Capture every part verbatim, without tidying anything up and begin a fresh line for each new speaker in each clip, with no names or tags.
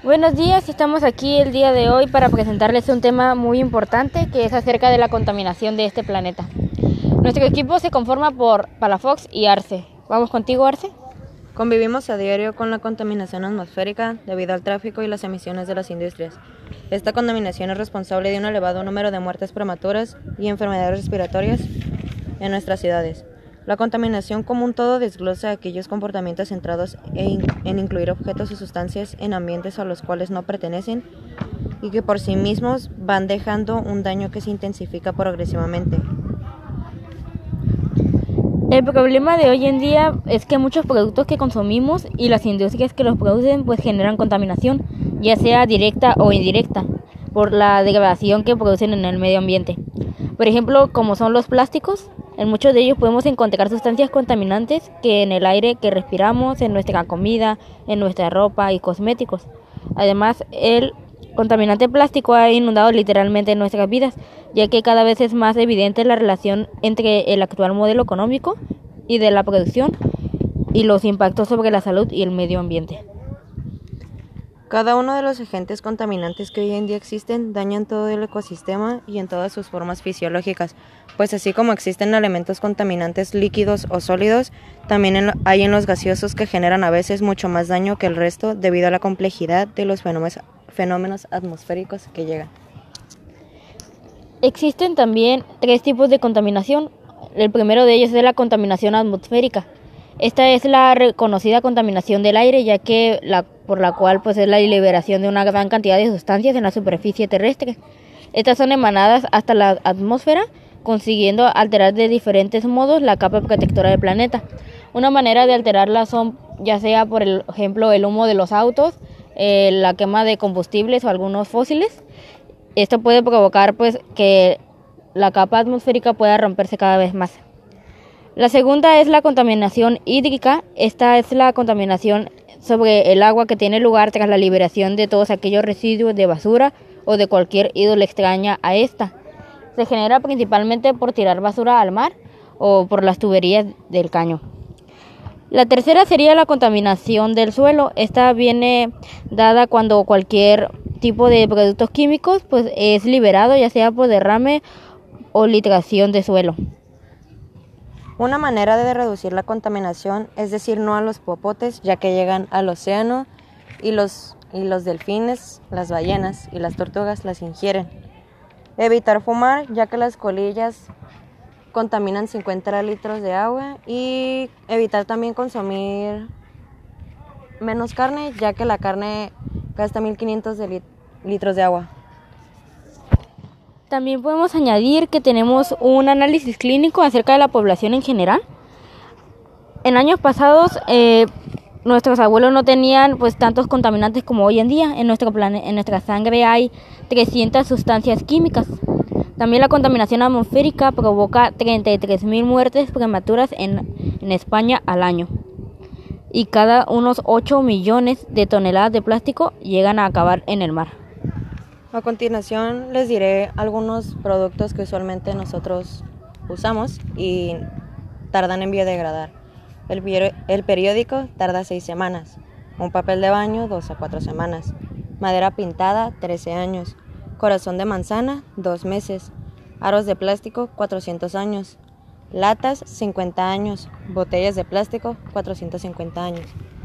Buenos días, estamos aquí el día de hoy para presentarles un tema muy importante que es acerca de la contaminación de este planeta. Nuestro equipo se conforma por Palafox y Arce. ¿Vamos contigo, Arce?
Convivimos a diario con la contaminación atmosférica debido al tráfico y las emisiones de las industrias. Esta contaminación es responsable de un elevado número de muertes prematuras y enfermedades respiratorias en nuestras ciudades. La contaminación como un todo desglosa aquellos comportamientos centrados en, en incluir objetos o sustancias en ambientes a los cuales no pertenecen y que por sí mismos van dejando un daño que se intensifica progresivamente.
El problema de hoy en día es que muchos productos que consumimos y las industrias que los producen pues generan contaminación, ya sea directa o indirecta, por la degradación que producen en el medio ambiente. Por ejemplo, como son los plásticos, en muchos de ellos podemos encontrar sustancias contaminantes que en el aire que respiramos, en nuestra comida, en nuestra ropa y cosméticos. Además, el contaminante plástico ha inundado literalmente nuestras vidas, ya que cada vez es más evidente la relación entre el actual modelo económico y de la producción y los impactos sobre la salud y el medio ambiente.
Cada uno de los agentes contaminantes que hoy en día existen dañan todo el ecosistema y en todas sus formas fisiológicas, pues así como existen elementos contaminantes líquidos o sólidos, también hay en los gaseosos que generan a veces mucho más daño que el resto debido a la complejidad de los fenómenos, fenómenos atmosféricos que llegan.
Existen también tres tipos de contaminación. El primero de ellos es la contaminación atmosférica. Esta es la reconocida contaminación del aire, ya que la, por la cual pues, es la liberación de una gran cantidad de sustancias en la superficie terrestre. Estas son emanadas hasta la atmósfera, consiguiendo alterar de diferentes modos la capa protectora del planeta. Una manera de alterarla son, ya sea por ejemplo el humo de los autos, eh, la quema de combustibles o algunos fósiles. Esto puede provocar pues, que la capa atmosférica pueda romperse cada vez más. La segunda es la contaminación hídrica. Esta es la contaminación sobre el agua que tiene lugar tras la liberación de todos aquellos residuos de basura o de cualquier índole extraña a esta. Se genera principalmente por tirar basura al mar o por las tuberías del caño. La tercera sería la contaminación del suelo. Esta viene dada cuando cualquier tipo de productos químicos pues, es liberado, ya sea por derrame o litración de suelo.
Una manera de reducir la contaminación es decir no a los popotes, ya que llegan al océano y los, y los delfines, las ballenas y las tortugas las ingieren. Evitar fumar, ya que las colillas contaminan cincuenta litros de agua, y evitar también consumir menos carne, ya que la carne gasta mil quinientos de lit- litros de agua.
También podemos añadir que tenemos un análisis clínico acerca de la población en general. En años pasados, eh, nuestros abuelos no tenían pues tantos contaminantes como hoy en día. En nuestro plane- en nuestra sangre hay trescientas sustancias químicas. También la contaminación atmosférica provoca treinta y tres mil muertes prematuras en, en España al año. Y cada unos ocho millones de toneladas de plástico llegan a acabar en el mar.
A continuación les diré algunos productos que usualmente nosotros usamos y tardan en biodegradar. El, el periódico tarda seis semanas, un papel de baño dos a cuatro semanas, madera pintada trece años, corazón de manzana dos meses, aros de plástico cuatrocientos años, latas cincuenta años, botellas de plástico cuatrocientos cincuenta años.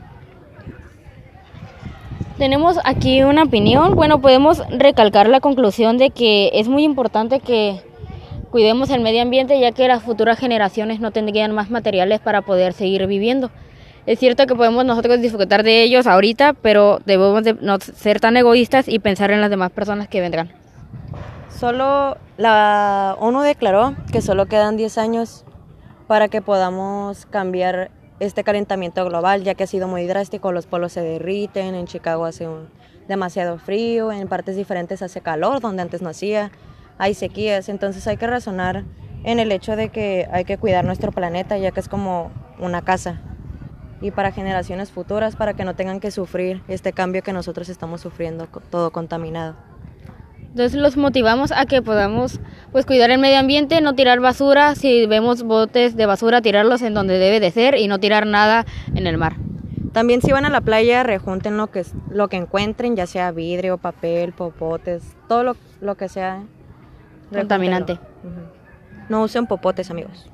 Tenemos aquí una opinión. Bueno, podemos recalcar la conclusión de que es muy importante que cuidemos el medio ambiente, ya que las futuras generaciones no tendrían más materiales para poder seguir viviendo. Es cierto que podemos nosotros disfrutar de ellos ahorita, pero debemos de no ser tan egoístas y pensar en las demás personas que vendrán.
Solo la ONU declaró que solo quedan diez años para que podamos cambiar este calentamiento global, ya que ha sido muy drástico. Los polos se derriten, en Chicago hace un, demasiado frío, en partes diferentes hace calor donde antes no hacía, hay sequías. Entonces hay que razonar en el hecho de que hay que cuidar nuestro planeta, ya que es como una casa, y para generaciones futuras, para que no tengan que sufrir este cambio que nosotros estamos sufriendo, todo contaminado.
Entonces los motivamos a que podamos pues cuidar el medio ambiente, no tirar basura, si vemos botes de basura tirarlos en donde debe de ser y no tirar nada en el mar.
También si van a la playa, rejunten lo que, lo que encuentren, ya sea vidrio, papel, popotes, todo lo, lo que sea.
Contaminante.
Rejúntenlo. Uh-huh. No usen popotes, amigos.